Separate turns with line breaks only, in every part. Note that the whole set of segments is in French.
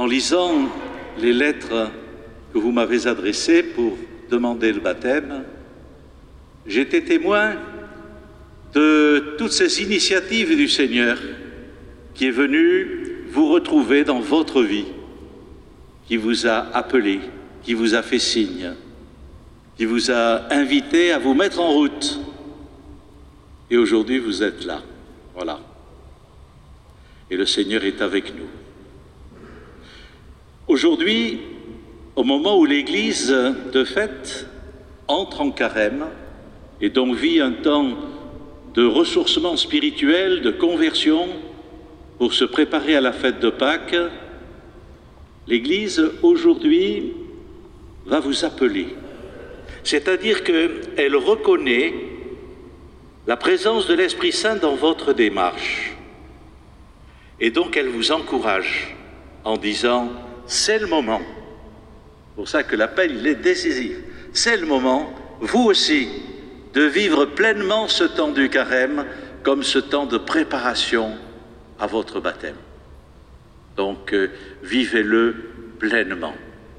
lisant les lettres que vous m'avez adressées pour demander le baptême, j'ai été témoin de toutes ces initiatives du Seigneur qui est venu vous retrouver dans votre vie, qui vous a appelé, qui vous a fait signe, qui vous a invité à vous mettre en route. Et aujourd'hui, vous êtes là. Voilà. Et le Seigneur est avec nous. Aujourd'hui, au moment où l'Église, de fait, entre en carême et donc vit un temps de ressourcement spirituel, de conversion, pour se préparer à la fête de Pâques, l'Église, aujourd'hui, va vous appeler. C'est-à-dire qu'elle reconnaît la présence de l'Esprit Saint dans votre démarche. Et donc, elle vous encourage en disant « c'est le moment ». C'est pour ça que l'appel, il est décisif. C'est le moment, vous aussi, de vivre pleinement ce temps du carême comme ce temps de préparation à votre baptême. Donc, vivez-le pleinement.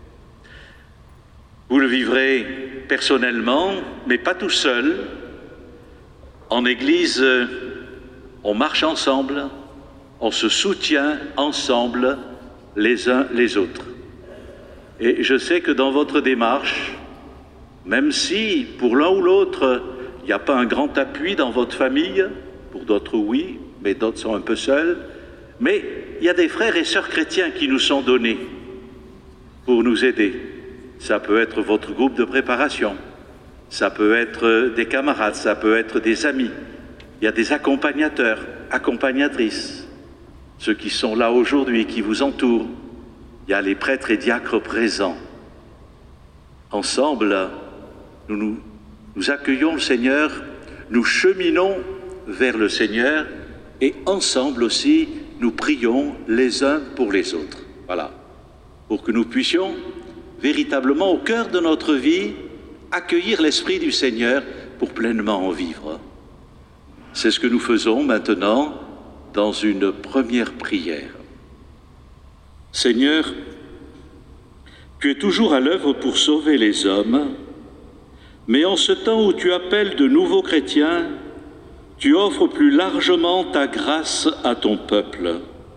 Vous le vivrez personnellement, mais pas tout seul. En Église, on marche ensemble, on se soutient ensemble les uns les autres. Et je sais que dans votre démarche, même si pour l'un ou l'autre, il n'y a pas un grand appui dans votre famille, pour d'autres oui, mais d'autres sont un peu seuls, mais il y a des frères et sœurs chrétiens qui nous sont donnés pour nous aider. Ça peut être votre groupe de préparation, ça peut être des camarades, ça peut être des amis. Il y a des accompagnateurs, accompagnatrices, ceux qui sont là aujourd'hui, qui vous entourent. Il y a les prêtres et diacres présents. Ensemble, nous accueillons le Seigneur, nous cheminons vers le Seigneur et ensemble aussi, nous prions les uns pour les autres. Voilà. Pour que nous puissions véritablement, au cœur de notre vie, accueillir l'Esprit du Seigneur pour pleinement en vivre. C'est ce que nous faisons maintenant dans une première prière. Seigneur, tu es toujours à l'œuvre pour sauver les hommes, mais en ce temps où tu appelles de nouveaux chrétiens, tu offres plus largement ta grâce à ton peuple.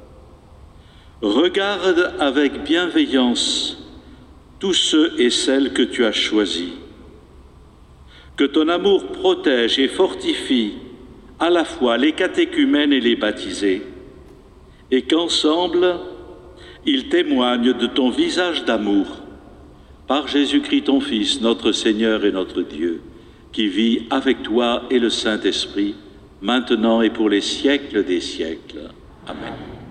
Regarde avec bienveillance tous ceux et celles que tu as choisis. Que ton amour protège et fortifie à la fois les catéchumènes et les baptisés, et qu'ensemble, ils témoignent de ton visage d'amour, par Jésus-Christ ton Fils, notre Seigneur et notre Dieu, qui vit avec toi et le Saint-Esprit, maintenant et pour les siècles des siècles. Amen.